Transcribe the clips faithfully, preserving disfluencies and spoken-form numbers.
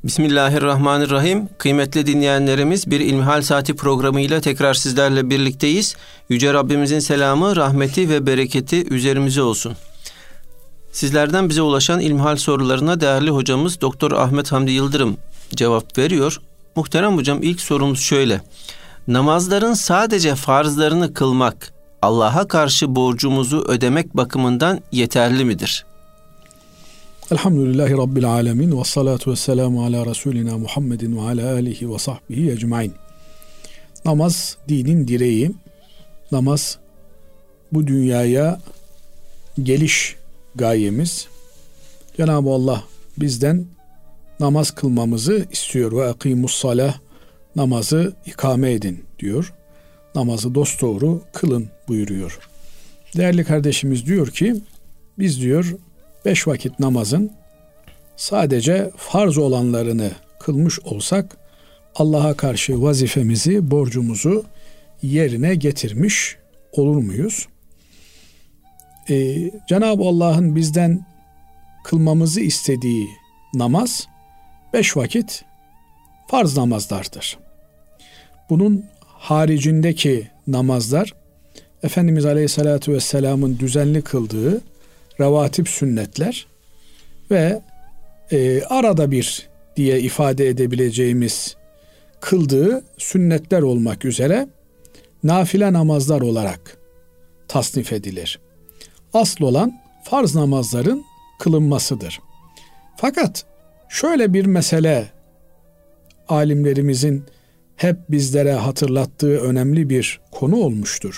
Bismillahirrahmanirrahim. Kıymetli dinleyenlerimiz, bir İlmihal Saati programıyla tekrar sizlerle birlikteyiz. Yüce Rabbimizin selamı, rahmeti ve bereketi üzerimize olsun. Sizlerden bize ulaşan İlmihal sorularına değerli hocamız Doktor Ahmet Hamdi Yıldırım cevap veriyor. Muhterem hocam, ilk sorumuz şöyle: namazların sadece farzlarını kılmak Allah'a karşı borcumuzu ödemek bakımından yeterli midir? Elhamdülillahi Rabbil alemin ve salatu ve selamu ala Resulina Muhammedin ve ala alihi ve sahbihi ecmain. Namaz dinin direği. Namaz bu dünyaya geliş gayemiz. Cenab-ı Allah bizden namaz kılmamızı istiyor. Ve akimus salah, namazı ikame edin diyor. Namazı dosdoğru kılın buyuruyor. Değerli kardeşimiz diyor ki, biz diyor beş vakit namazın sadece farz olanlarını kılmış olsak Allah'a karşı vazifemizi, borcumuzu yerine getirmiş olur muyuz? Ee, Cenab-ı Allah'ın bizden kılmamızı istediği namaz beş vakit farz namazlardır. Bunun haricindeki namazlar Efendimiz Aleyhisselatü Vesselam'ın düzenli kıldığı revatip sünnetler ve e, arada bir diye ifade edebileceğimiz kıldığı sünnetler olmak üzere nafile namazlar olarak tasnif edilir. Asıl olan farz namazların kılınmasıdır. Fakat şöyle bir mesele alimlerimizin hep bizlere hatırlattığı önemli bir konu olmuştur.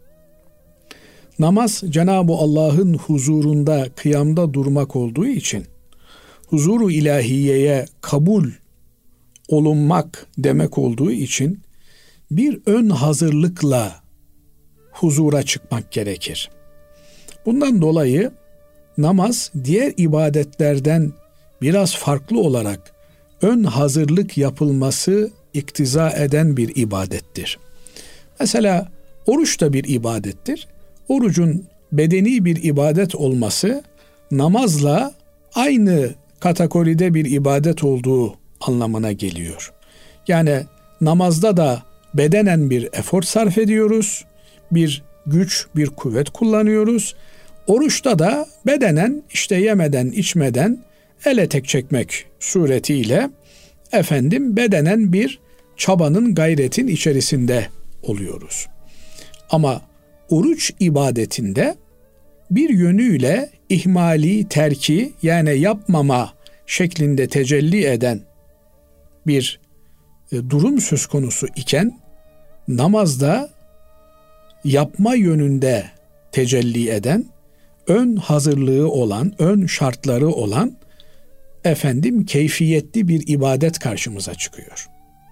Namaz Cenab-ı Allah'ın huzurunda, kıyamda durmak olduğu için huzuru ilahiyeye kabul olunmak demek olduğu için bir ön hazırlıkla huzura çıkmak gerekir. Bundan dolayı namaz diğer ibadetlerden biraz farklı olarak ön hazırlık yapılması iktiza eden bir ibadettir. Mesela oruç da bir ibadettir. Orucun bedeni bir ibadet olması namazla aynı kategoride bir ibadet olduğu anlamına geliyor. Yani namazda da bedenen bir efor sarf ediyoruz, bir güç, bir kuvvet kullanıyoruz. Oruçta da bedenen işte yemeden, içmeden el etek çekmek suretiyle efendim bedenen bir çabanın, gayretin içerisinde oluyoruz. Ama oruç ibadetinde bir yönüyle ihmali, terki, yani yapmama şeklinde tecelli eden bir e, durum söz konusu iken namazda yapma yönünde tecelli eden, ön hazırlığı olan, ön şartları olan efendim keyfiyetli bir ibadet karşımıza çıkıyor.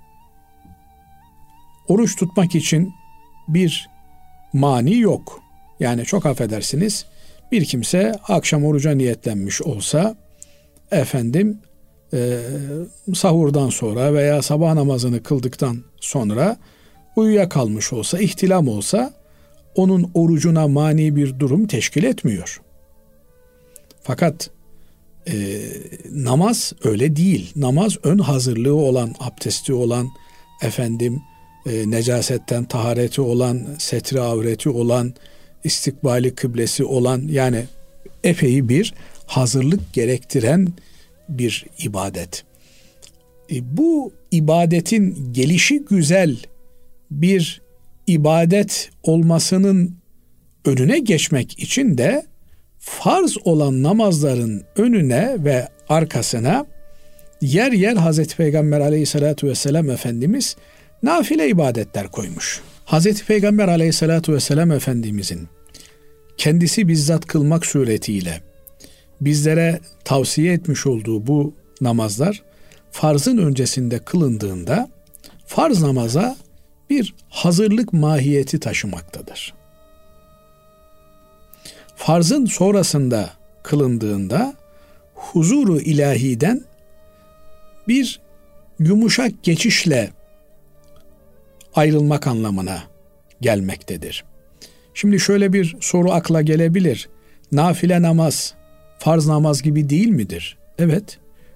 Oruç tutmak için bir mani yok. Yani çok affedersiniz, bir kimse akşam oruca niyetlenmiş olsa efendim e, sahurdan sonra veya sabah namazını kıldıktan sonra uyuyakalmış olsa, ihtilam olsa onun orucuna mani bir durum teşkil etmiyor. Fakat e, namaz öyle değil. Namaz ön hazırlığı olan, abdesti olan, efendim e, necasetten tahareti olan, setri avreti olan, istikbali kıblesi olan, yani epey bir hazırlık gerektiren bir ibadet. E, bu ibadetin gelişi güzel bir ibadet olmasının önüne geçmek için de farz olan namazların önüne ve arkasına yer yer Hazreti Peygamber Aleyhisselatü Vesselam Efendimiz nafile ibadetler koymuş. Hazreti Peygamber Aleyhisselatü Vesselam Efendimizin kendisi bizzat kılmak suretiyle bizlere tavsiye etmiş olduğu bu namazlar farzın öncesinde kılındığında farz namaza bir hazırlık mahiyeti taşımaktadır. Farzın sonrasında kılındığında huzuru ilahiden bir yumuşak geçişle ayrılmak anlamına gelmektedir. Şimdi şöyle bir soru akla gelebilir. Nafile namaz farz namaz gibi değil midir? Evet.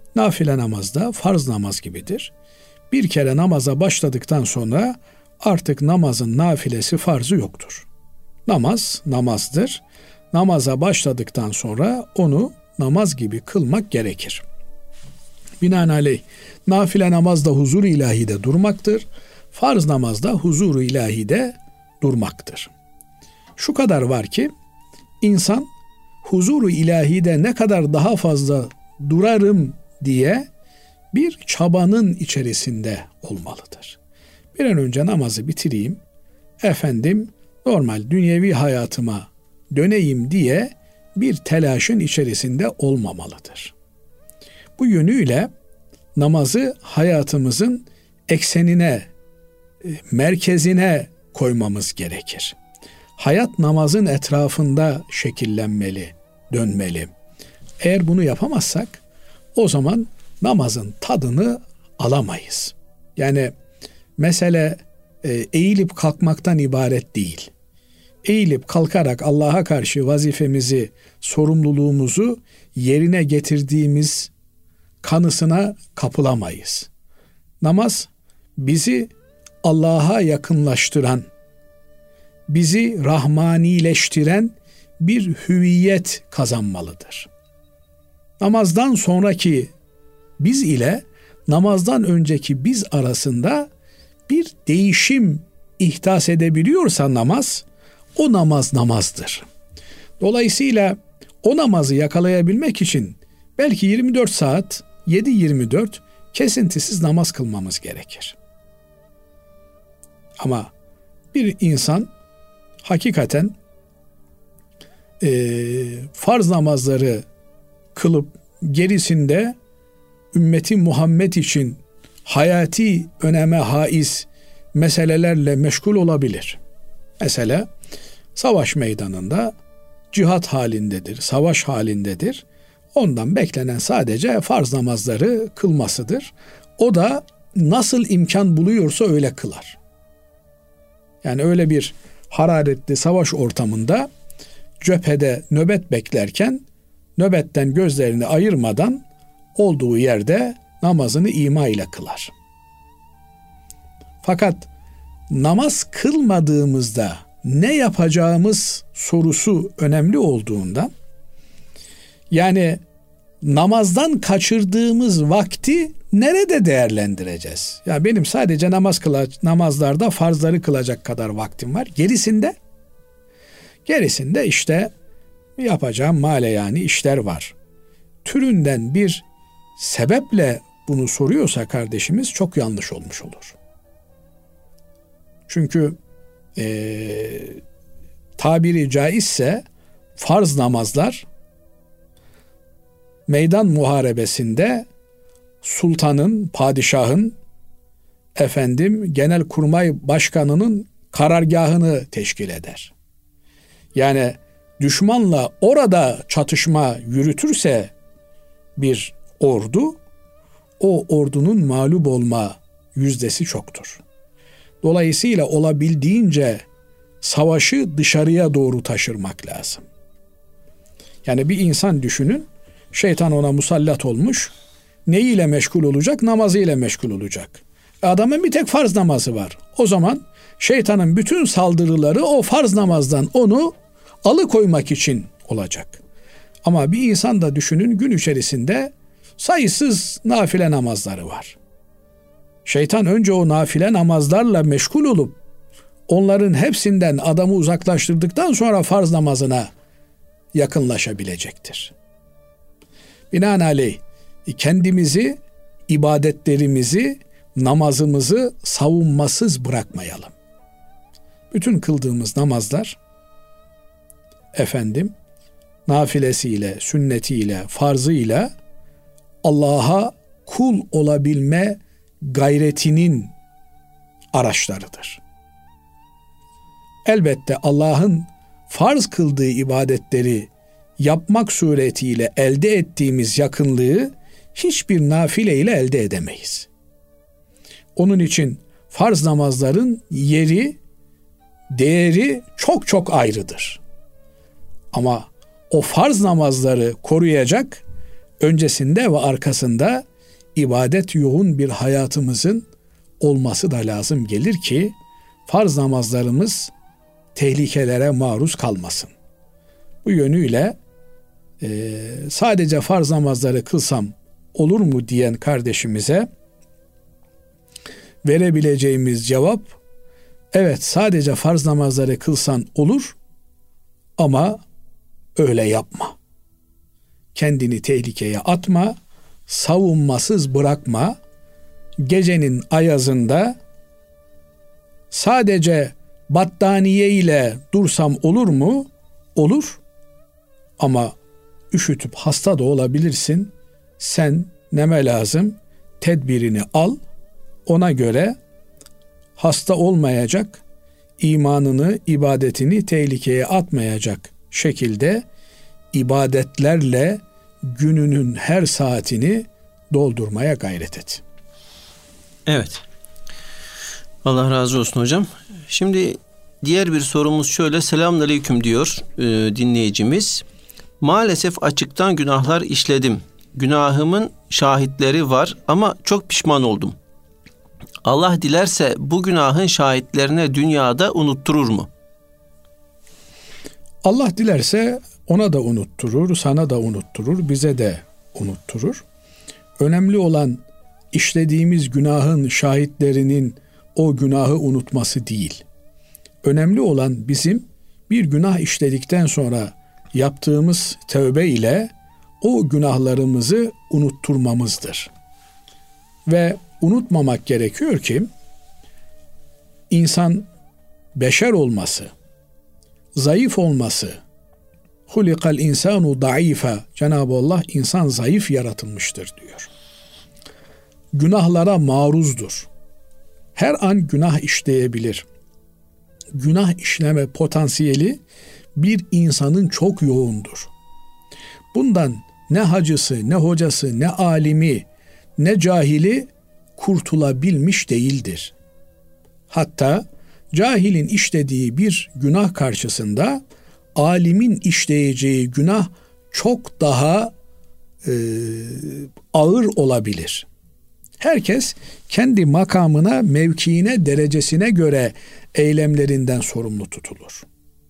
nafile namaz da farz namaz gibidir. Bir kere namaza başladıktan sonra artık namazın nafilesi farzı yoktur. Namaz namazdır. Namaza başladıktan sonra onu namaz gibi kılmak gerekir. Binaenaleyh nafile namazda huzur-u ilahide durmaktır. Farz namazda huzur-u ilahide durmaktır. Şu kadar var ki insan huzur-u ilahide ne kadar daha fazla durarım diye bir çabanın içerisinde olmalıdır. Bir an önce namazı bitireyim, efendim normal dünyevi hayatıma döneyim diye bir telaşın içerisinde olmamalıdır. Bu yönüyle namazı hayatımızın eksenine, merkezine koymamız gerekir. Hayat namazın etrafında şekillenmeli, dönmeli. Eğer bunu yapamazsak o zaman namazın tadını alamayız. Yani mesele e, eğilip kalkmaktan ibaret değil. Eğilip kalkarak Allah'a karşı vazifemizi, sorumluluğumuzu yerine getirdiğimiz kanısına kapılamayız. Namaz bizi Allah'a yakınlaştıran, bizi rahmanileştiren bir hüviyet kazanmalıdır. Namazdan sonraki biz ile namazdan önceki biz arasında bir değişim ihdas edebiliyorsa namaz, o namaz namazdır. Dolayısıyla o namazı yakalayabilmek için belki yirmi dört saat, yedi yirmi dört kesintisiz namaz kılmamız gerekir. Ama bir insan hakikaten e, farz namazları kılıp gerisinde ümmeti Muhammed için hayati öneme haiz meselelerle meşgul olabilir. Mesela savaş meydanında cihat halindedir, savaş halindedir. Ondan beklenen sadece farz namazları kılmasıdır. O da nasıl imkan buluyorsa öyle kılar. Yani öyle bir hararetli savaş ortamında cephede nöbet beklerken nöbetten gözlerini ayırmadan olduğu yerde namazını ima ile kılar. Fakat namaz kılmadığımızda ne yapacağımız sorusu önemli olduğunda, yani namazdan kaçırdığımız vakti nerede değerlendireceğiz? Ya benim sadece namaz kıla, namazlarda farzları kılacak kadar vaktim var. Gerisinde gerisinde işte yapacağım male yani işler var. Türünden bir sebeple bunu soruyorsa kardeşimiz çok yanlış olmuş olur. Çünkü ee, tabiri caizse farz namazlar meydan muharebesinde sultanın, padişahın, efendim genelkurmay başkanının karargahını teşkil eder. Yani düşmanla orada çatışma yürütürse bir ordu, o ordunun mağlup olma yüzdesi çoktur. Dolayısıyla olabildiğince savaşı dışarıya doğru taşırmak lazım. Yani bir insan düşünün, şeytan ona musallat olmuş, neyiyle meşgul olacak? Namazıyla meşgul olacak. Adamın bir tek farz namazı var. O zaman şeytanın bütün saldırıları o farz namazdan onu alıkoymak için olacak. Ama bir insan da düşünün, gün içerisinde sayısız nafile namazları var. Şeytan önce o nafile namazlarla meşgul olup onların hepsinden adamı uzaklaştırdıktan sonra farz namazına yakınlaşabilecektir. Binaenaleyh kendimizi, ibadetlerimizi, namazımızı savunmasız bırakmayalım. Bütün kıldığımız namazlar efendim nafilesiyle, sünnetiyle, farzıyla Allah'a kul olabilme gayretinin araçlarıdır. Elbette Allah'ın farz kıldığı ibadetleri yapmak suretiyle elde ettiğimiz yakınlığı hiçbir nafile ile elde edemeyiz. Onun için farz namazların yeri, değeri çok çok ayrıdır. Ama o farz namazları koruyacak, öncesinde ve arkasında ibadet yoğun bir hayatımızın olması da lazım gelir ki farz namazlarımız tehlikelere maruz kalmasın. Bu yönüyle e, sadece farz namazları kılsam olur mu diyen kardeşimize verebileceğimiz cevap, evet sadece farz namazları kılsan olur ama öyle yapma. Kendini tehlikeye atma, savunmasız bırakma. Gecenin ayazında sadece battaniye ile dursam olur mu? Olur. Ama üşütüp hasta da olabilirsin. Sen neme lazım? Tedbirini al. Ona göre hasta olmayacak, imanını, ibadetini tehlikeye atmayacak şekilde ibadetlerle gününün her saatini doldurmaya gayret et. Evet. Allah razı olsun hocam. Şimdi diğer bir sorumuz şöyle. Selamünaleyküm diyor e, dinleyicimiz. Maalesef açıktan günahlar işledim. Günahımın şahitleri var ama çok pişman oldum. Allah dilerse bu günahın şahitlerine dünyada unutturur mu? Allah dilerse ona da unutturur, sana da unutturur, bize de unutturur. Önemli olan işlediğimiz günahın şahitlerinin o günahı unutması değil. Önemli olan bizim bir günah işledikten sonra yaptığımız tövbe ile o günahlarımızı unutturmamızdır. Ve unutmamak gerekiyor ki insan beşer olması, zayıf olması, hulikal insanu daifa, Cenab-ı Allah insan zayıf yaratılmıştır diyor. Günahlara maruzdur. Her an günah işleyebilir. Günah işleme potansiyeli bir insanın çok yoğundur. Bundan ne hacısı, ne hocası, ne alimi, ne cahili kurtulabilmiş değildir. Hatta cahilin işlediği bir günah karşısında alimin işleyeceği günah çok daha e, ağır olabilir. Herkes kendi makamına, mevkiine, derecesine göre eylemlerinden sorumlu tutulur.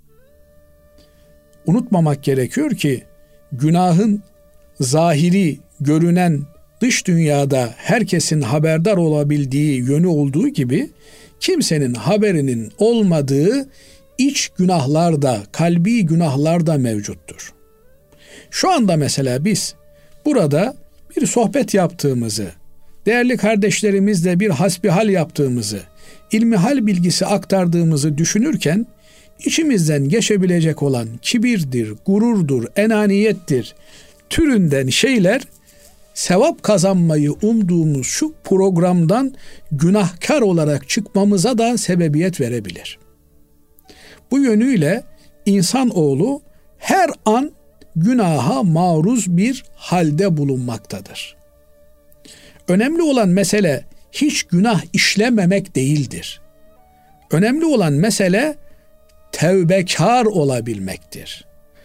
Unutmamak gerekiyor ki günahın zahiri, görünen dış dünyada herkesin haberdar olabildiği yönü olduğu gibi kimsenin haberinin olmadığı iç günahlar da, kalbi günahlar da mevcuttur. Şu anda mesela biz burada bir sohbet yaptığımızı, değerli kardeşlerimizle bir hasbihal yaptığımızı, ilmihal bilgisi aktardığımızı düşünürken içimizden geçebilecek olan kibirdir, gururdur, enaniyettir türünden şeyler sevap kazanmayı umduğumuz şu programdan günahkar olarak çıkmamıza da sebebiyet verebilir. Bu yönüyle insanoğlu her an günaha maruz bir halde bulunmaktadır. Önemli olan mesele hiç günah işlememek değildir. Önemli olan mesele tevbekar olabilmektir.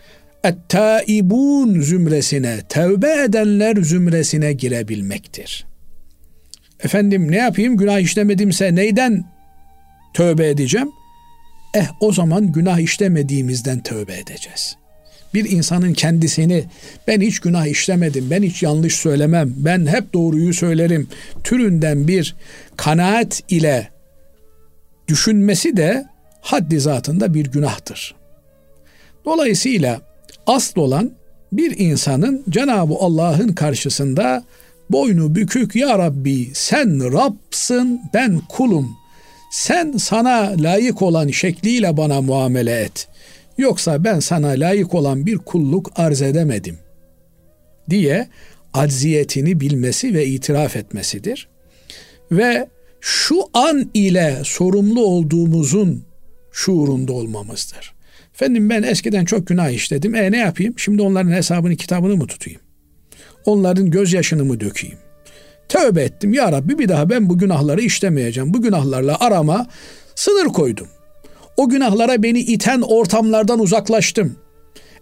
Et-taibun zümresine, tevbe edenler zümresine girebilmektir. Efendim ne yapayım, günah işlemedimse neyden tövbe edeceğim? Eh o zaman günah işlemediğimizden tövbe edeceğiz. Bir insanın kendisini ben hiç günah işlemedim, ben hiç yanlış söylemem, ben hep doğruyu söylerim türünden bir kanaat ile düşünmesi de haddi zatında bir günahtır. Dolayısıyla asıl olan bir insanın Cenab-ı Allah'ın karşısında boynu bükük, ya Rabbi sen Rabb'sın, ben kulum. Sen sana layık olan şekliyle bana muamele et. Yoksa ben sana layık olan bir kulluk arz edemedim diye acziyetini bilmesi ve itiraf etmesidir. Ve şu an ile sorumlu olduğumuzun şuurunda olmamızdır. Efendim ben eskiden çok günah işledim. E ne yapayım? Şimdi onların hesabını, kitabını mı tutayım? Onların gözyaşını mı dökeyim? Tövbe ettim. Ya Rabbi bir daha ben bu günahları işlemeyeceğim. Bu günahlarla arama sınır koydum. O günahlara beni iten ortamlardan uzaklaştım.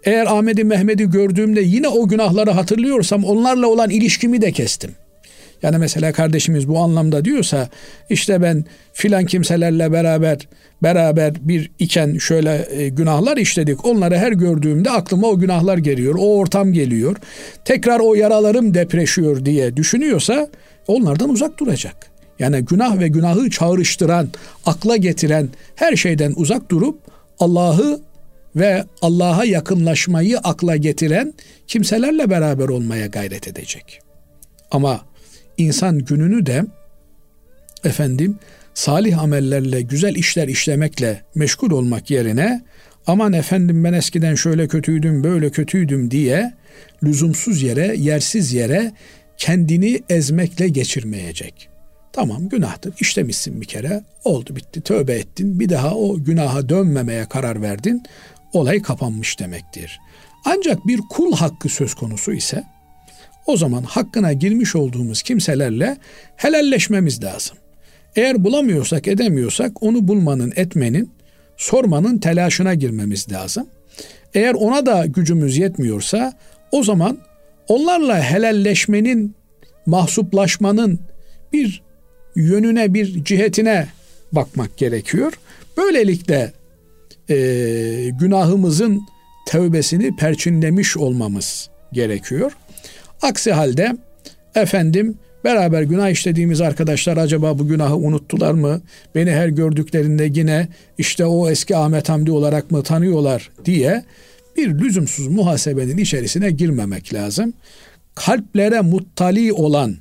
Eğer Ahmet'i Mehmet'i gördüğümde yine o günahları hatırlıyorsam onlarla olan ilişkimi de kestim. Yani mesela kardeşimiz bu anlamda diyorsa işte ben filan kimselerle beraber beraber bir iken şöyle e, günahlar işledik. Onları her gördüğümde aklıma o günahlar geliyor. O ortam geliyor. Tekrar o yaralarım depreşiyor diye düşünüyorsa onlardan uzak duracak. Yani günah ve günahı çağrıştıran, akla getiren her şeyden uzak durup Allah'ı ve Allah'a yakınlaşmayı akla getiren kimselerle beraber olmaya gayret edecek. Ama insan gününü de efendim salih amellerle, güzel işler işlemekle meşgul olmak yerine aman efendim ben eskiden şöyle kötüydüm, böyle kötüydüm diye lüzumsuz yere, yersiz yere kendini ezmekle geçirmeyecek. Tamam, günahtır, işlemişsin bir kere, oldu bitti, tövbe ettin, bir daha o günaha dönmemeye karar verdin, olay kapanmış demektir. Ancak bir kul hakkı söz konusu ise o zaman hakkına girmiş olduğumuz kimselerle helalleşmemiz lazım. Eğer bulamıyorsak, edemiyorsak onu bulmanın, etmenin, sormanın telaşına girmemiz lazım. Eğer ona da gücümüz yetmiyorsa o zaman onlarla helalleşmenin, mahsuplaşmanın bir yönüne, bir cihetine bakmak gerekiyor. Böylelikle e, günahımızın tevbesini perçinlemiş olmamız gerekiyor. Aksi halde efendim beraber günah işlediğimiz arkadaşlar acaba bu günahı unuttular mı? Beni her gördüklerinde yine işte o eski Ahmet Hamdi olarak mı tanıyorlar diye bir lüzumsuz muhasebenin içerisine girmemek lazım. Kalplere muttali olan,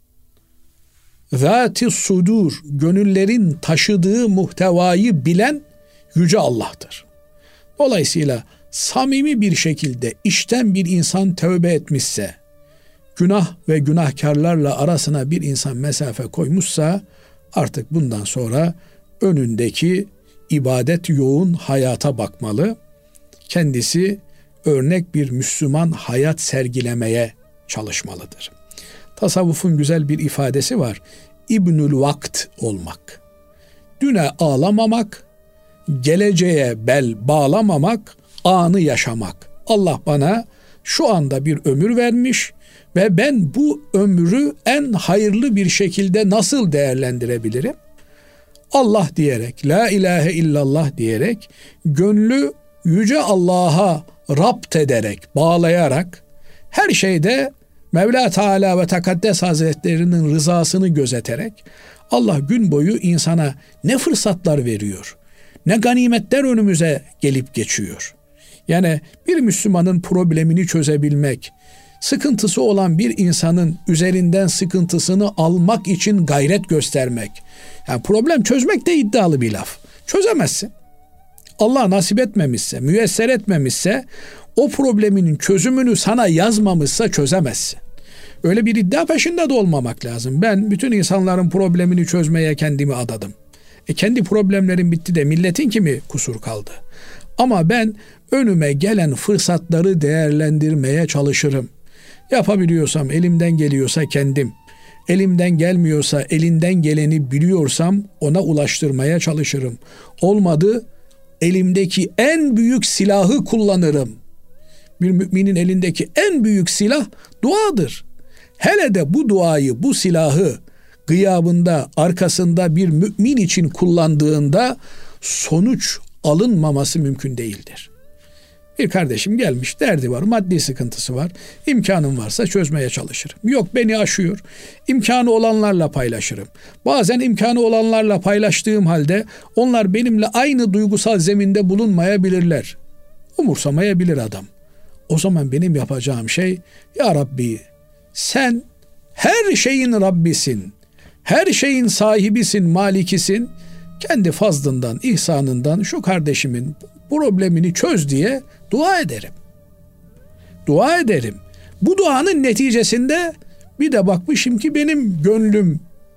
zat-ı sudur, gönüllerin taşıdığı muhtevayı bilen Yüce Allah'tır. Dolayısıyla samimi bir şekilde içten bir insan tövbe etmişse, günah ve günahkarlarla arasına bir insan mesafe koymuşsa artık bundan sonra önündeki ibadet yoğun hayata bakmalı. Kendisi örnek bir Müslüman hayat sergilemeye çalışmalıdır. Tasavvufun güzel bir ifadesi var. İbnül vakt olmak. Düne ağlamamak, geleceğe bel bağlamamak, anı yaşamak. Allah bana şu anda bir ömür vermiş ve ben bu ömrü en hayırlı bir şekilde nasıl değerlendirebilirim? Allah diyerek, la ilahe illallah diyerek, gönlü yüce Allah'a rapt ederek, bağlayarak, her şeyde Mevla Teala ve Tekaddes Hazretlerinin rızasını gözeterek, Allah gün boyu insana ne fırsatlar veriyor, ne ganimetler önümüze gelip geçiyor. Yani bir Müslümanın problemini çözebilmek, sıkıntısı olan bir insanın üzerinden sıkıntısını almak için gayret göstermek. Yani problem çözmek de iddialı bir laf. Çözemezsin. Allah nasip etmemişse, müyesser etmemişse, o problemin çözümünü sana yazmamışsa çözemezsin. Öyle bir iddia peşinde de olmamak lazım. Ben bütün insanların problemini çözmeye kendimi adadım. E kendi problemlerim bitti de milletin kimi kusur kaldı? Ama ben önüme gelen fırsatları değerlendirmeye çalışırım. Yapabiliyorsam, elimden geliyorsa kendim, elimden gelmiyorsa, elinden geleni biliyorsam ona ulaştırmaya çalışırım. Olmadı, elimdeki en büyük silahı kullanırım. Bir müminin elindeki en büyük silah duadır. Hele de bu duayı, bu silahı gıyabında, arkasında bir mümin için kullandığında sonuç alınmaması mümkün değildir. Bir kardeşim gelmiş, derdi var, maddi sıkıntısı var. İmkanım varsa çözmeye çalışırım. Yok, beni aşıyor. İmkanı olanlarla paylaşırım. Bazen imkanı olanlarla paylaştığım halde onlar benimle aynı duygusal zeminde bulunmayabilirler. Umursamayabilir adam. O zaman benim yapacağım şey, ya Rabbi sen her şeyin Rabbisin. Her şeyin sahibisin, malikisin. Kendi fazlından, ihsanından şu kardeşimin problemini çöz diye dua ederim. Dua ederim. Bu duanın neticesinde bir de bakmışım ki benim gönlüm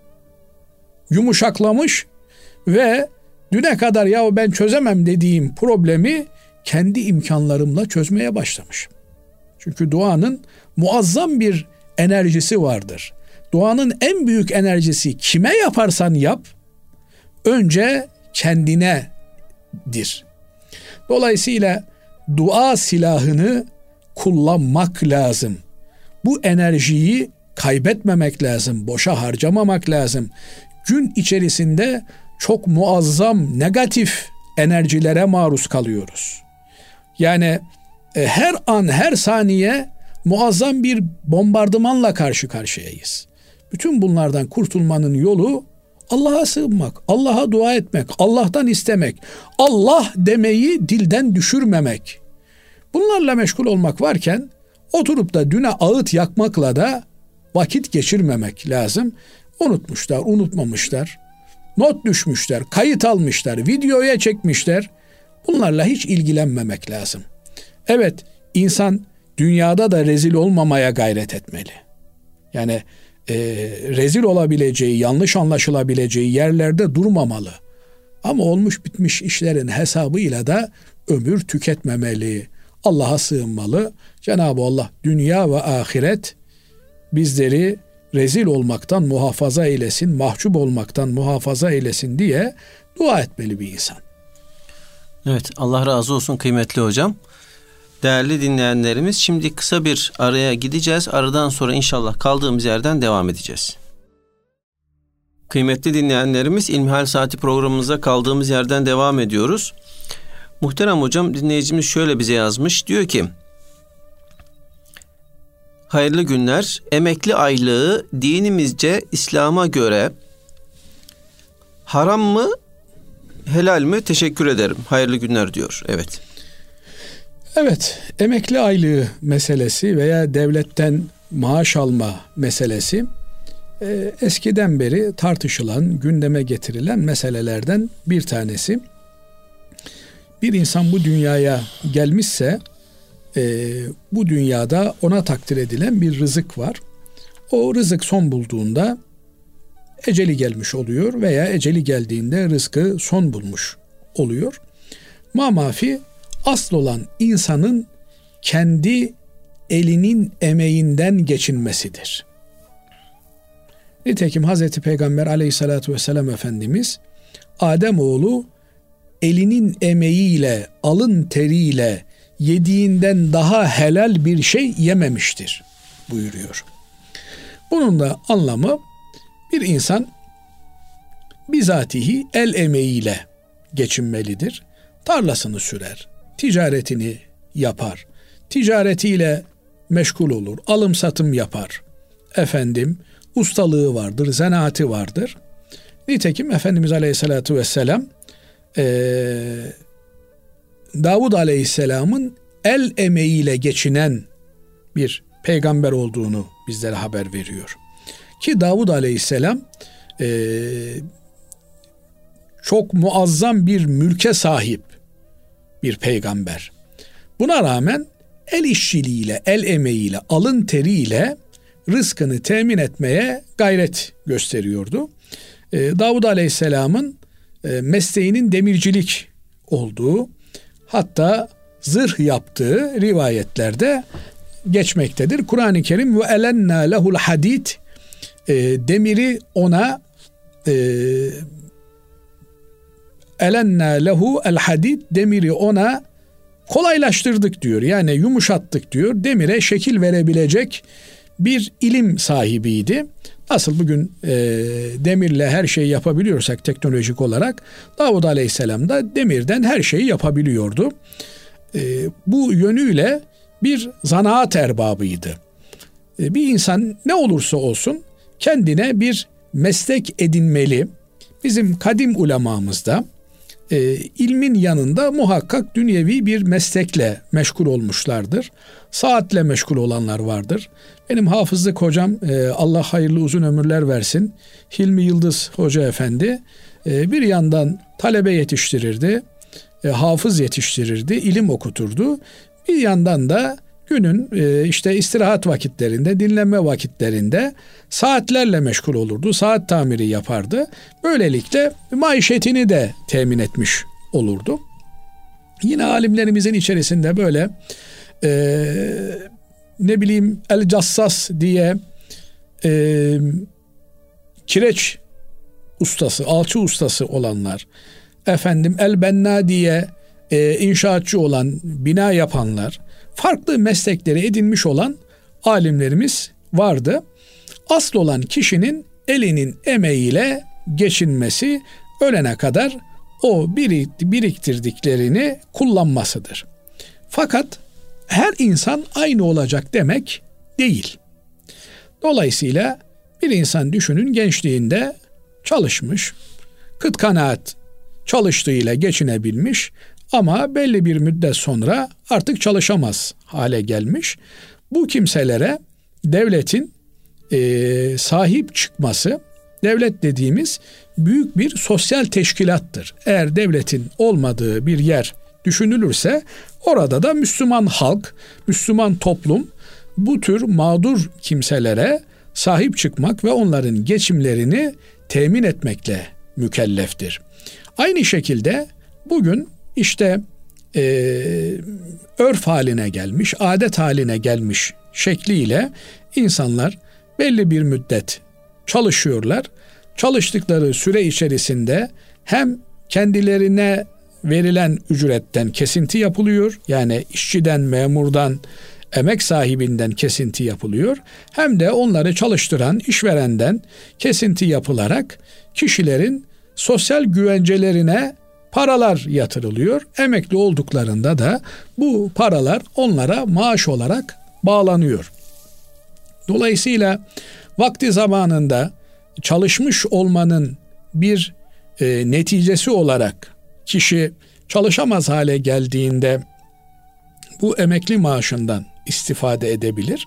yumuşaklamış ve düne kadar ya ben çözemem dediğim problemi kendi imkanlarımla çözmeye başlamışım. Çünkü duanın muazzam bir enerjisi vardır. Duanın en büyük enerjisi kime yaparsan yap, önce kendinedir. Dolayısıyla dua silahını kullanmak lazım. Bu enerjiyi kaybetmemek lazım, boşa harcamamak lazım. Gün içerisinde çok muazzam negatif enerjilere maruz kalıyoruz. Yani e, her an, her saniye muazzam bir bombardımanla karşı karşıyayız. Bütün bunlardan kurtulmanın yolu Allah'a sığınmak, Allah'a dua etmek, Allah'tan istemek, Allah demeyi dilden düşürmemek. Bunlarla meşgul olmak varken oturup da düne ağıt yakmakla da vakit geçirmemek lazım. Unutmuşlar, unutmamışlar, not düşmüşler, kayıt almışlar, videoya çekmişler. Bunlarla hiç ilgilenmemek lazım. Evet, insan dünyada da rezil olmamaya gayret etmeli. Yani e, rezil olabileceği, yanlış anlaşılabileceği yerlerde durmamalı. Ama olmuş bitmiş işlerin hesabıyla da ömür tüketmemeli. Allah'a sığınmalı. Cenab-ı Allah dünya ve ahiret bizleri rezil olmaktan muhafaza eylesin, mahcup olmaktan muhafaza eylesin diye dua etmeli bir insan. Evet, Allah razı olsun kıymetli hocam. Değerli dinleyenlerimiz, şimdi kısa bir araya gideceğiz. Aradan sonra inşallah kaldığımız yerden devam edeceğiz. Kıymetli dinleyenlerimiz, İlmihal Saati programımıza kaldığımız yerden devam ediyoruz. Muhterem hocam, dinleyicimiz şöyle bize yazmış. Diyor ki, hayırlı günler, emekli aylığı dinimizce İslam'a göre haram mı, helal mi? Teşekkür ederim. Hayırlı günler diyor. Evet. Evet, emekli aylığı meselesi veya devletten maaş alma meselesi e, eskiden beri tartışılan, gündeme getirilen meselelerden bir tanesi. Bir insan bu dünyaya gelmişse e, bu dünyada ona takdir edilen bir rızık var. O rızık son bulduğunda eceli gelmiş oluyor veya eceli geldiğinde rızkı son bulmuş oluyor. Mamafi asıl olan insanın kendi elinin emeğinden geçinmesidir. Nitekim Hazreti Peygamber Aleyhisselatü Vesselam Efendimiz Ademoğlu elinin emeğiyle, alın teriyle yediğinden daha helal bir şey yememiştir buyuruyor. Bunun da anlamı bir insan bizatihi el emeğiyle geçinmelidir. Tarlasını sürer, ticaretini yapar, ticaretiyle meşgul olur, alım satım yapar. Efendim, ustalığı vardır, zanaati vardır. Nitekim Efendimiz Aleyhisselatü Vesselam Ee, Davud Aleyhisselam'ın el emeğiyle geçinen bir peygamber olduğunu bizlere haber veriyor. Ki Davud Aleyhisselam e, çok muazzam bir mülke sahip bir peygamber. Buna rağmen el işçiliğiyle, el emeğiyle, alın teriyle rızkını temin etmeye gayret gösteriyordu. E, Davud Aleyhisselam'ın mesleğinin demircilik olduğu, hatta zırh yaptığı rivayetlerde geçmektedir. Kur'an-ı Kerim ve elenna lehul hadid, demiri ona e, elenna lehu el hadid, demiri ona kolaylaştırdık diyor. Yani yumuşattık diyor. Demire şekil verebilecek bir ilim sahibiydi. Nasıl bugün e, demirle her şeyi yapabiliyorsak teknolojik olarak, Davud Aleyhisselam da demirden her şeyi yapabiliyordu. E, bu yönüyle bir zanaat erbabıydı. E, bir insan ne olursa olsun kendine bir meslek edinmeli. Bizim kadim ulemamızda e, ilmin yanında muhakkak dünyevi bir meslekle meşgul olmuşlardır. Saatle meşgul olanlar vardır. Benim hafızlık hocam, e, Allah hayırlı uzun ömürler versin, Hilmi Yıldız Hoca Efendi e, bir yandan talebe yetiştirirdi, e, hafız yetiştirirdi, ilim okuturdu. Bir yandan da günün e, işte istirahat vakitlerinde, dinlenme vakitlerinde saatlerle meşgul olurdu. Saat tamiri yapardı. Böylelikle maişetini de temin etmiş olurdu. Yine alimlerimizin içerisinde böyle e, ne bileyim el cassas diye e, kireç ustası, alçı ustası olanlar, efendim el benna diye e, inşaatçı olan, bina yapanlar, farklı meslekleri edinmiş olan alimlerimiz vardı. Asıl olan kişinin elinin emeğiyle geçinmesi, ölene kadar o biriktirdiklerini kullanmasıdır. Fakat her insan aynı olacak demek değil. Dolayısıyla bir insan düşünün, gençliğinde çalışmış, kıt kanaat çalıştığıyla geçinebilmiş ama belli bir müddet sonra artık çalışamaz hale gelmiş. Bu kimselere devletin e, sahip çıkması, devlet dediğimiz büyük bir sosyal teşkilattır. Eğer devletin olmadığı bir yer düşünülürse orada da Müslüman halk, Müslüman toplum bu tür mağdur kimselere sahip çıkmak ve onların geçimlerini temin etmekle mükelleftir. Aynı şekilde bugün işte e, örf haline gelmiş, adet haline gelmiş şekliyle insanlar belli bir müddet çalışıyorlar. Çalıştıkları süre içerisinde hem kendilerine verilen ücretten kesinti yapılıyor, yani işçiden, memurdan, emek sahibinden kesinti yapılıyor, hem de onları çalıştıran işverenden kesinti yapılarak kişilerin sosyal güvencelerine paralar yatırılıyor. Emekli olduklarında da bu paralar onlara maaş olarak bağlanıyor. Dolayısıyla vakti zamanında çalışmış olmanın bir e, neticesi olarak kişi çalışamaz hale geldiğinde bu emekli maaşından istifade edebilir.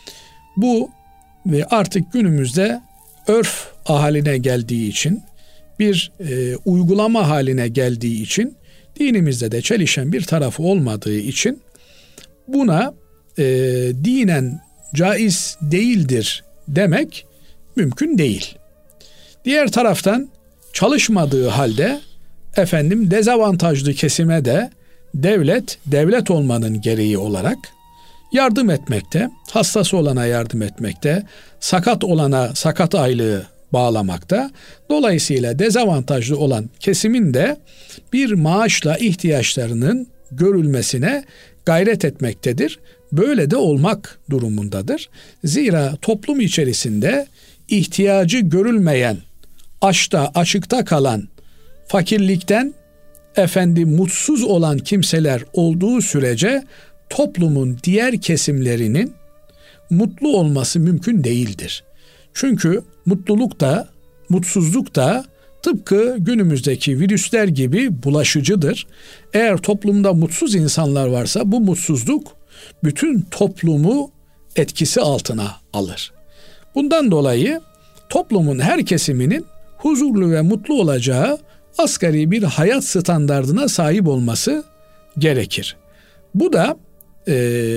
Bu ve artık günümüzde örf haline geldiği için, bir e, uygulama haline geldiği için, dinimizde de çelişen bir tarafı olmadığı için buna e, dinen caiz değildir demek mümkün değil. Diğer taraftan çalışmadığı halde efendim dezavantajlı kesime de devlet, devlet olmanın gereği olarak yardım etmekte, hastası olana yardım etmekte, sakat olana sakat aylığı bağlamakta. Dolayısıyla dezavantajlı olan kesimin de bir maaşla ihtiyaçlarının görülmesine gayret etmektedir. Böyle de olmak durumundadır. Zira toplum içerisinde ihtiyacı görülmeyen, açta, açıkta kalan, fakirlikten efendim mutsuz olan kimseler olduğu sürece toplumun diğer kesimlerinin mutlu olması mümkün değildir. Çünkü mutluluk da, mutsuzluk da tıpkı günümüzdeki virüsler gibi bulaşıcıdır. Eğer toplumda mutsuz insanlar varsa bu mutsuzluk bütün toplumu etkisi altına alır. Bundan dolayı toplumun her kesiminin huzurlu ve mutlu olacağı asgari bir hayat standardına sahip olması gerekir. Bu da e,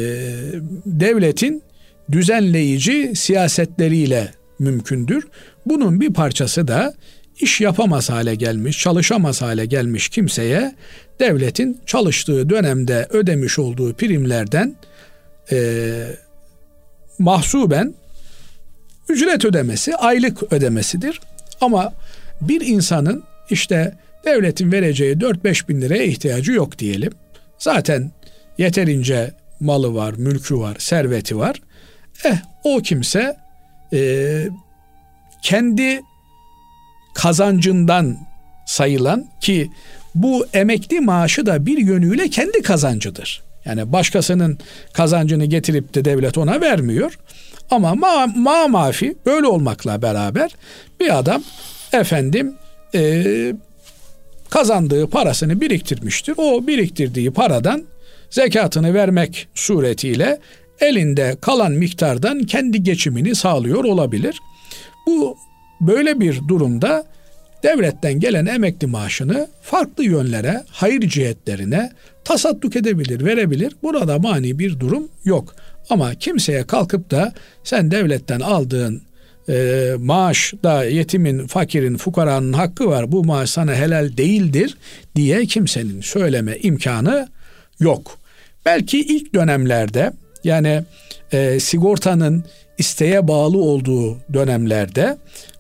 devletin düzenleyici siyasetleriyle mümkündür. Bunun bir parçası da iş yapamaz hale gelmiş, çalışamaz hale gelmiş kimseye devletin çalıştığı dönemde ödemiş olduğu primlerden e, mahsuben ücret ödemesi, aylık ödemesidir. Ama bir insanın işte devletin vereceği dört beş bin liraya ihtiyacı yok diyelim. Zaten yeterince malı var, mülkü var, serveti var. Eh o kimse e, kendi kazancından sayılan, ki bu emekli maaşı da bir yönüyle kendi kazancıdır. Yani başkasının kazancını getirip de devlet ona vermiyor. Ama ma, ma mafi böyle olmakla beraber bir adam efendim e, kazandığı parasını biriktirmiştir. O biriktirdiği paradan zekatını vermek suretiyle elinde kalan miktardan kendi geçimini sağlıyor olabilir. Bu böyle bir durumda devletten gelen emekli maaşını farklı yönlere, hayır cihetlerine tasadduk edebilir, verebilir. Burada mani bir durum yok. Ama kimseye kalkıp da sen devletten aldığın e, maaşta yetimin, fakirin, fukaranın hakkı var, bu maaş sana helal değildir diye kimsenin söyleme imkanı yok. Belki ilk dönemlerde, yani e, sigortanın isteğe bağlı olduğu dönemlerde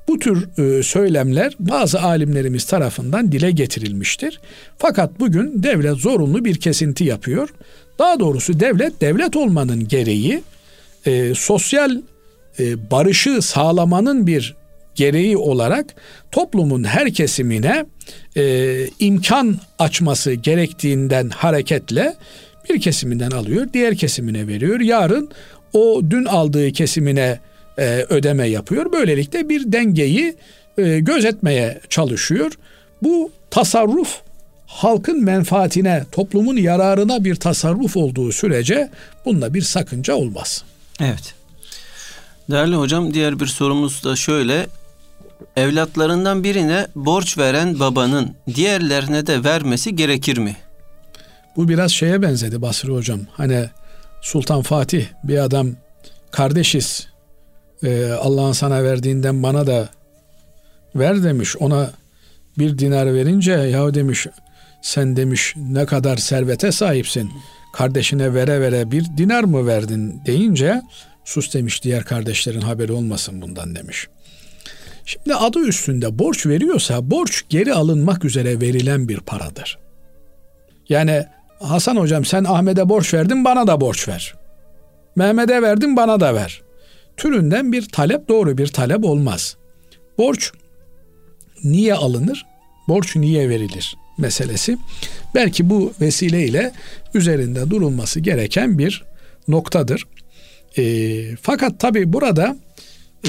Bu tür e, söylemler bazı alimlerimiz tarafından dile getirilmiştir. Fakat bugün devlet zorunlu bir kesinti yapıyor. Daha doğrusu devlet, devlet olmanın gereği e, sosyal e, barışı sağlamanın bir gereği olarak toplumun her kesimine e, imkan açması gerektiğinden hareketle bir kesiminden alıyor, diğer kesimine veriyor. Yarın o dün aldığı kesimine e, ödeme yapıyor. Böylelikle bir dengeyi e, gözetmeye çalışıyor. Bu tasarruf halkın menfaatine, toplumun yararına bir tasarruf olduğu sürece bunda bir sakınca olmaz. Evet. Değerli hocam, diğer bir sorumuz da şöyle. Evlatlarından birine borç veren babanın diğerlerine de vermesi gerekir mi? Bu biraz şeye benzedi Basri hocam. Hani Sultan Fatih bir adam, kardeşiz, Ee, Allah'ın sana verdiğinden bana da ver demiş. Ona bir dinar verince ya demiş, sen demiş ne kadar servete sahipsin, kardeşine vere vere bir dinar mı verdin deyince sus demiş, diğer kardeşlerin haberi olmasın bundan demiş. Şimdi adı üstünde borç veriyorsa borç geri alınmak üzere verilen bir paradır. Yani Hasan hocam sen Ahmet'e borç verdin, bana da borç ver. Mehmet'e verdin, bana da ver. Türünden bir talep doğru bir talep olmaz. Borç niye alınır? Borç niye verilir meselesi. Belki bu vesileyle üzerinde durulması gereken bir noktadır. E, fakat tabii burada e,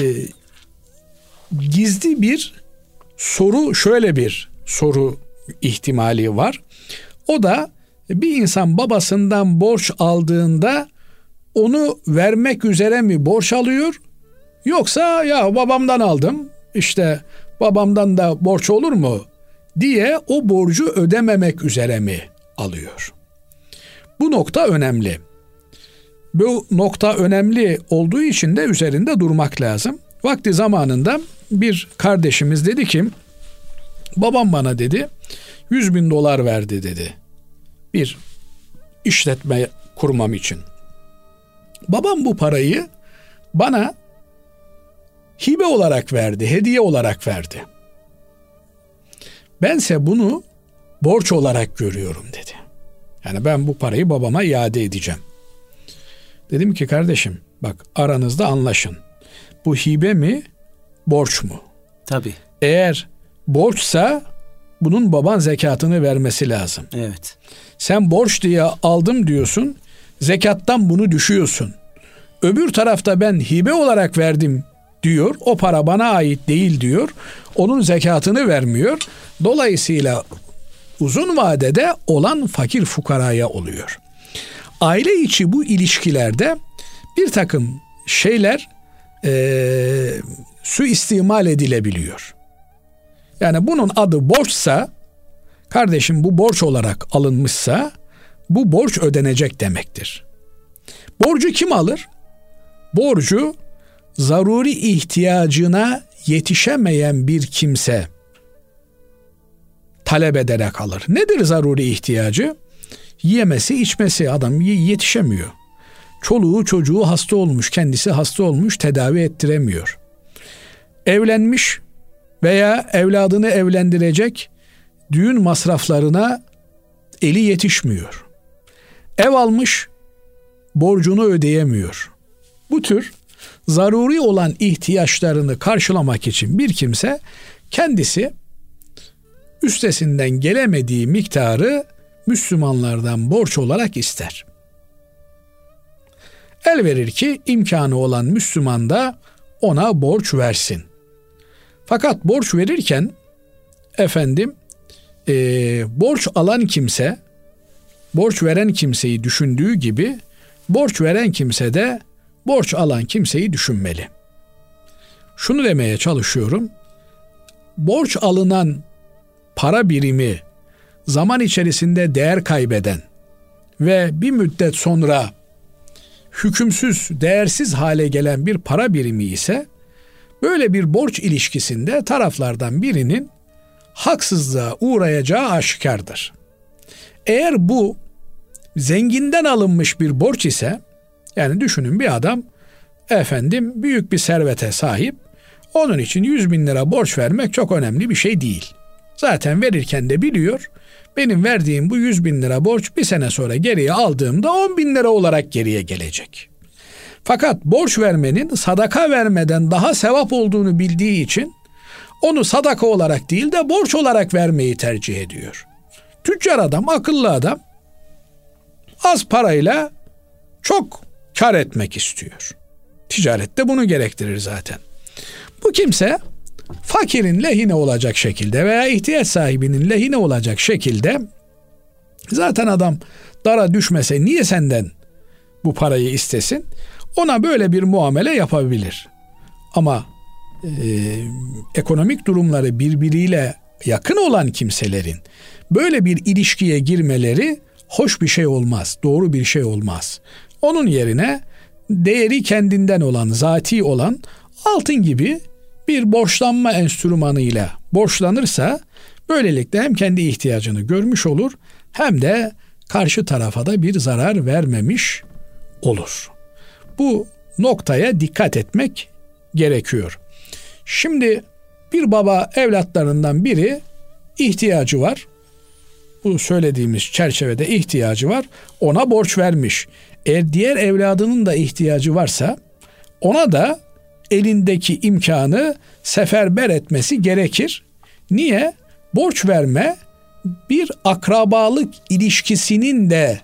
gizli bir soru, şöyle bir soru ihtimali var. O da bir insan babasından borç aldığında onu vermek üzere mi borç alıyor? Yoksa ya babamdan aldım, işte babamdan da borç olur mu diye o borcu ödememek üzere mi alıyor? Bu nokta önemli. Bu nokta önemli olduğu için de üzerinde durmak lazım. Vakti zamanında bir kardeşimiz dedi ki, babam bana dedi yüz bin dolar verdi dedi, bir işletme kurmam için. Babam bu parayı bana hibe olarak verdi, hediye olarak verdi. Bense bunu borç olarak görüyorum dedi. Yani ben bu parayı babama iade edeceğim. Dedim ki kardeşim bak, aranızda anlaşın. Bu hibe mi, borç mu? Tabii. Eğer borçsa bunun baban zekatını vermesi lazım. Evet. Sen borç diye aldım diyorsun, zekattan bunu düşüyorsun. Öbür tarafta ben hibe olarak verdim diyor, o para bana ait değil diyor, onun zekatını vermiyor. Dolayısıyla uzun vadede olan fakir fukaraya oluyor. Aile içi bu ilişkilerde bir takım şeyler e, suistimal edilebiliyor. Yani bunun adı borçsa, kardeşim bu borç olarak alınmışsa bu borç ödenecek demektir. Borcu kim alır? Borcu zaruri ihtiyacına yetişemeyen bir kimse talep ederek alır. Nedir zaruri ihtiyacı? Yemesi, içmesi, adam yetişemiyor. Çoluğu çocuğu hasta olmuş, kendisi hasta olmuş, tedavi ettiremiyor. Evlenmiş veya evladını evlendirecek düğün masraflarına eli yetişmiyor. Ev almış, borcunu ödeyemiyor. Bu tür zaruri olan ihtiyaçlarını karşılamak için bir kimse kendisi üstesinden gelemediği miktarı Müslümanlardan borç olarak ister. El verir ki imkanı olan Müslüman da ona borç versin. Fakat borç verirken efendim e, borç alan kimse borç veren kimseyi düşündüğü gibi borç veren kimse de borç alan kimseyi düşünmeli. Şunu demeye çalışıyorum. Borç alınan para birimi zaman içerisinde değer kaybeden ve bir müddet sonra hükümsüz, değersiz hale gelen bir para birimi ise böyle bir borç ilişkisinde taraflardan birinin haksızlığa uğrayacağı aşikardır. Eğer bu zenginden alınmış bir borç ise, yani düşünün bir adam efendim büyük bir servete sahip, Onun için yüz bin lira borç vermek çok önemli bir şey değil. Zaten verirken de biliyor, benim verdiğim bu yüz bin lira borç bir sene sonra geriye aldığımda on bin lira olarak geriye gelecek. Fakat borç vermenin sadaka vermeden daha sevap olduğunu bildiği için onu sadaka olarak değil de borç olarak vermeyi tercih ediyor. Tüccar adam, akıllı adam az parayla çok kar etmek istiyor. Ticarette bunu gerektirir zaten. Bu kimse fakirin lehine olacak şekilde veya ihtiyaç sahibinin lehine olacak şekilde, zaten adam dara düşmese niye senden bu parayı istesin? Ona böyle bir muamele yapabilir. Ama e, ekonomik durumları birbiriyle yakın olan kimselerin böyle bir ilişkiye girmeleri hoş bir şey olmaz, doğru bir şey olmaz. Onun yerine değeri kendinden olan, zati olan altın gibi bir borçlanma enstrümanıyla borçlanırsa böylelikle hem kendi ihtiyacını görmüş olur hem de karşı tarafa da bir zarar vermemiş olur. Bu noktaya dikkat etmek gerekiyor. Şimdi bir baba evlatlarından biri ihtiyacı var. Bu söylediğimiz çerçevede ihtiyacı var. Ona borç vermiş. Eğer diğer evladının da ihtiyacı varsa ona da elindeki imkanı seferber etmesi gerekir. Niye? Borç verme bir akrabalık ilişkisinin de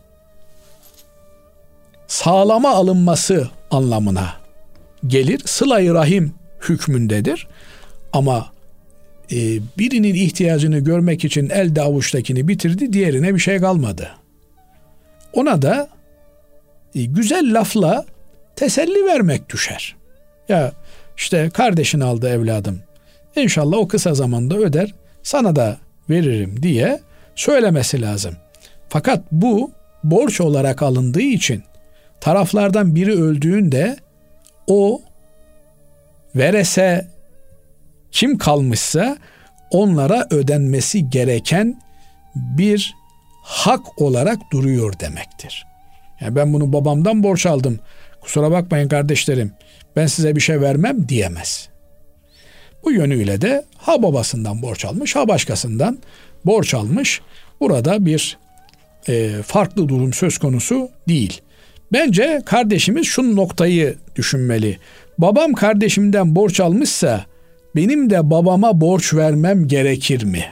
sağlama alınması anlamına gelir. Sıla-i rahim hükmündedir. Ama e, birinin ihtiyacını görmek için elde avuçtakini bitirdi, diğerine bir şey kalmadı. Ona da e, güzel lafla teselli vermek düşer. Ya işte kardeşin aldı evladım, İnşallah o kısa zamanda öder, sana da veririm diye söylemesi lazım. Fakat bu borç olarak alındığı için taraflardan biri öldüğünde o verese kim kalmışsa onlara ödenmesi gereken bir hak olarak duruyor demektir. Yani ben bunu babamdan borç aldım, kusura bakmayın kardeşlerim, ben size bir şey vermem diyemez. Bu yönüyle de ha babasından borç almış, ha başkasından borç almış. Burada bir e, farklı durum söz konusu değil. Bence kardeşimiz şu noktayı düşünmeli. Babam kardeşimden borç almışsa benim de babama borç vermem gerekir mi?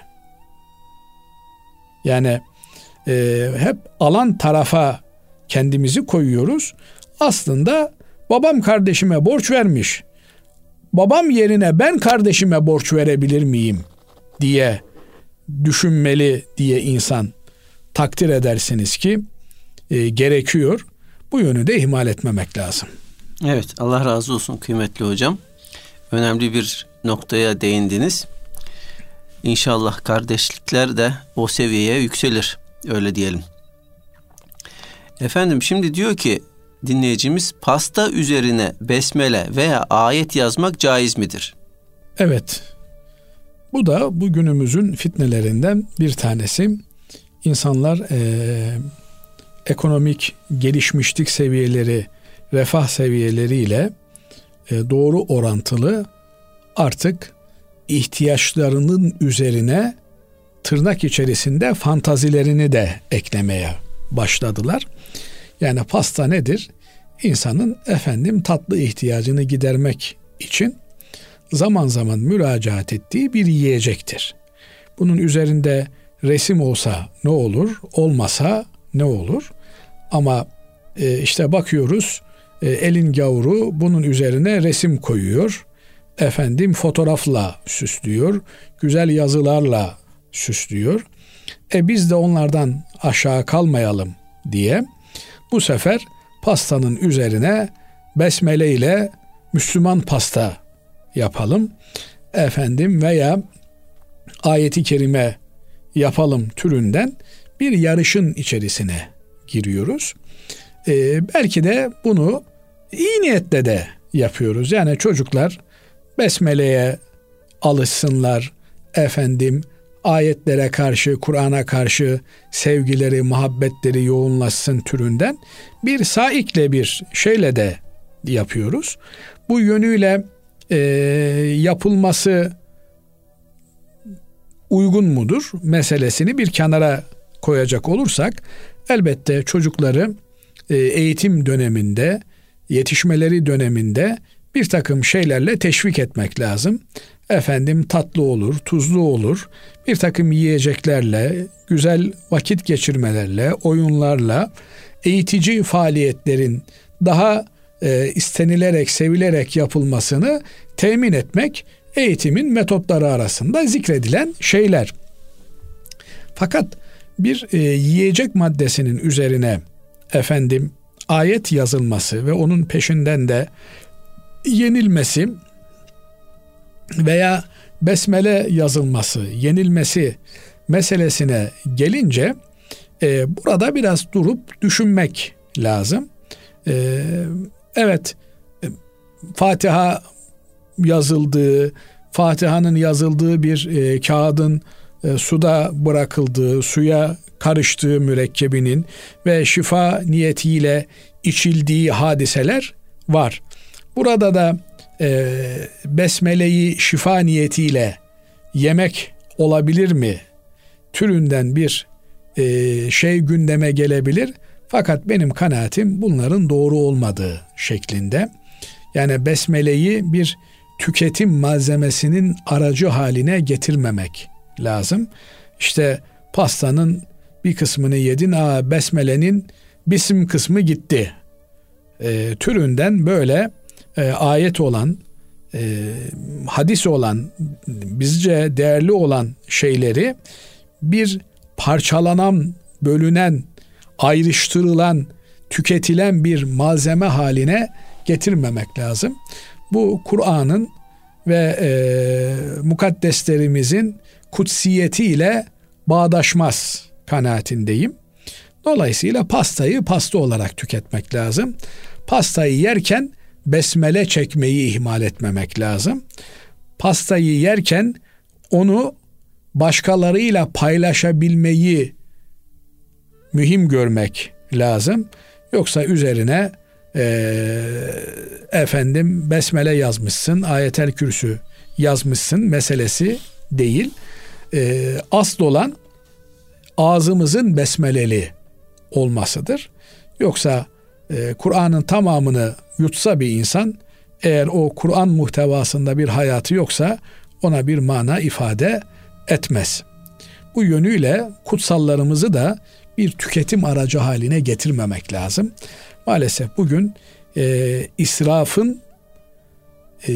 Yani e, hep alan tarafa kendimizi koyuyoruz. Aslında babam kardeşime borç vermiş, babam yerine ben kardeşime borç verebilir miyim diye düşünmeli diye insan takdir edersiniz ki e, gerekiyor. Bu yönü de ihmal etmemek lazım. Evet, Allah razı olsun kıymetli hocam. Önemli bir noktaya değindiniz. İnşallah kardeşlikler de o seviyeye yükselir. Öyle diyelim. Efendim şimdi diyor ki dinleyicimiz, pasta üzerine besmele veya ayet yazmak caiz midir? Evet. Bu da bugünümüzün fitnelerinden bir tanesi. İnsanlar e, ekonomik gelişmişlik seviyeleri, refah seviyeleriyle e, doğru orantılı artık ihtiyaçlarının üzerine tırnak içerisinde fantazilerini de eklemeye başladılar. Yani pasta nedir? İnsanın efendim tatlı ihtiyacını gidermek için zaman zaman müracaat ettiği bir yiyecektir. Bunun üzerinde resim olsa ne olur, olmasa ne olur? Ama e, işte bakıyoruz e, elin gavuru bunun üzerine resim koyuyor. Efendim fotoğrafla süslüyor, güzel yazılarla süslüyor. E biz de onlardan aşağı kalmayalım diye bu sefer pastanın üzerine besmele ile Müslüman pasta yapalım efendim veya ayeti kerime yapalım türünden bir yarışın içerisine giriyoruz. Ee, belki de bunu iyi niyetle de yapıyoruz. Yani çocuklar besmeleye alışsınlar, efendim ayetlere karşı, Kur'an'a karşı sevgileri, muhabbetleri yoğunlaşsın türünden bir saikle bir şeyle de yapıyoruz. Bu yönüyle e, yapılması uygun mudur meselesini bir kenara koyacak olursak, elbette çocukları e, eğitim döneminde, yetişmeleri döneminde bir takım şeylerle teşvik etmek lazım. Efendim tatlı olur, tuzlu olur, bir takım yiyeceklerle, güzel vakit geçirmelerle, oyunlarla, eğitici faaliyetlerin daha e, istenilerek, sevilerek yapılmasını temin etmek eğitimin metotları arasında zikredilen şeyler. Fakat bir e, yiyecek maddesinin üzerine efendim ayet yazılması ve onun peşinden de yenilmesi veya besmele yazılması, yenilmesi meselesine gelince e, burada biraz durup düşünmek lazım. E, evet, e, Fatiha yazıldığı, Fatiha'nın yazıldığı bir e, kağıdın e, suda bırakıldığı, suya karıştığı mürekkebinin ve şifa niyetiyle içildiği hadiseler var. Burada da e, besmeleyi şifa niyetiyle yemek olabilir mi türünden bir e, şey gündeme gelebilir. Fakat benim kanaatim bunların doğru olmadığı şeklinde. Yani besmeleyi bir tüketim malzemesinin aracı haline getirmemek lazım. İşte pastanın bir kısmını yedin, aa besmelenin bisim kısmı gitti e, türünden böyle e, ayet olan, e, hadis olan, bizce değerli olan şeyleri bir parçalanan, bölünen, ayrıştırılan, tüketilen bir malzeme haline getirmemek lazım. Bu Kur'an'ın ve e, mukaddeslerimizin kutsiyetiyle bağdaşmaz kanaatindeyim. Dolayısıyla pastayı pasta olarak tüketmek lazım. Pastayı yerken besmele çekmeyi ihmal etmemek lazım. Pastayı yerken onu başkalarıyla paylaşabilmeyi mühim görmek lazım. Yoksa üzerine e, efendim besmele yazmışsın, ayetel kürsü yazmışsın meselesi değil. E, asıl olan ağzımızın besmeleli olmasıdır. Yoksa e, Kur'an'ın tamamını yutsa bir insan, eğer o Kur'an muhtevasında bir hayatı yoksa ona bir mana ifade etmez. Bu yönüyle kutsallarımızı da bir tüketim aracı haline getirmemek lazım. Maalesef bugün e, israfın e,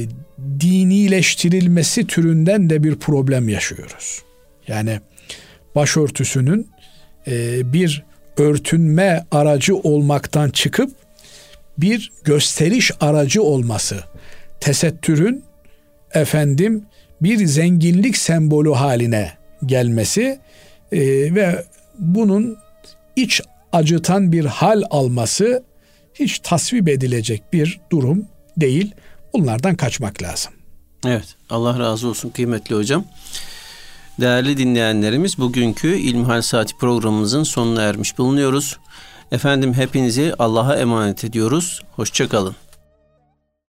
dinileştirilmesi türünden de bir problem yaşıyoruz. Yani başörtüsünün e, bir örtünme aracı olmaktan çıkıp bir gösteriş aracı olması, tesettürün efendim bir zenginlik sembolü haline gelmesi e, ve bunun iç acıtan bir hal alması hiç tasvip edilecek bir durum değil. Bunlardan kaçmak lazım. Evet, Allah razı olsun kıymetli hocam. Değerli dinleyenlerimiz, bugünkü İlmihal Saati programımızın sonuna ermiş bulunuyoruz. Efendim hepinizi Allah'a emanet ediyoruz. Hoşça kalın.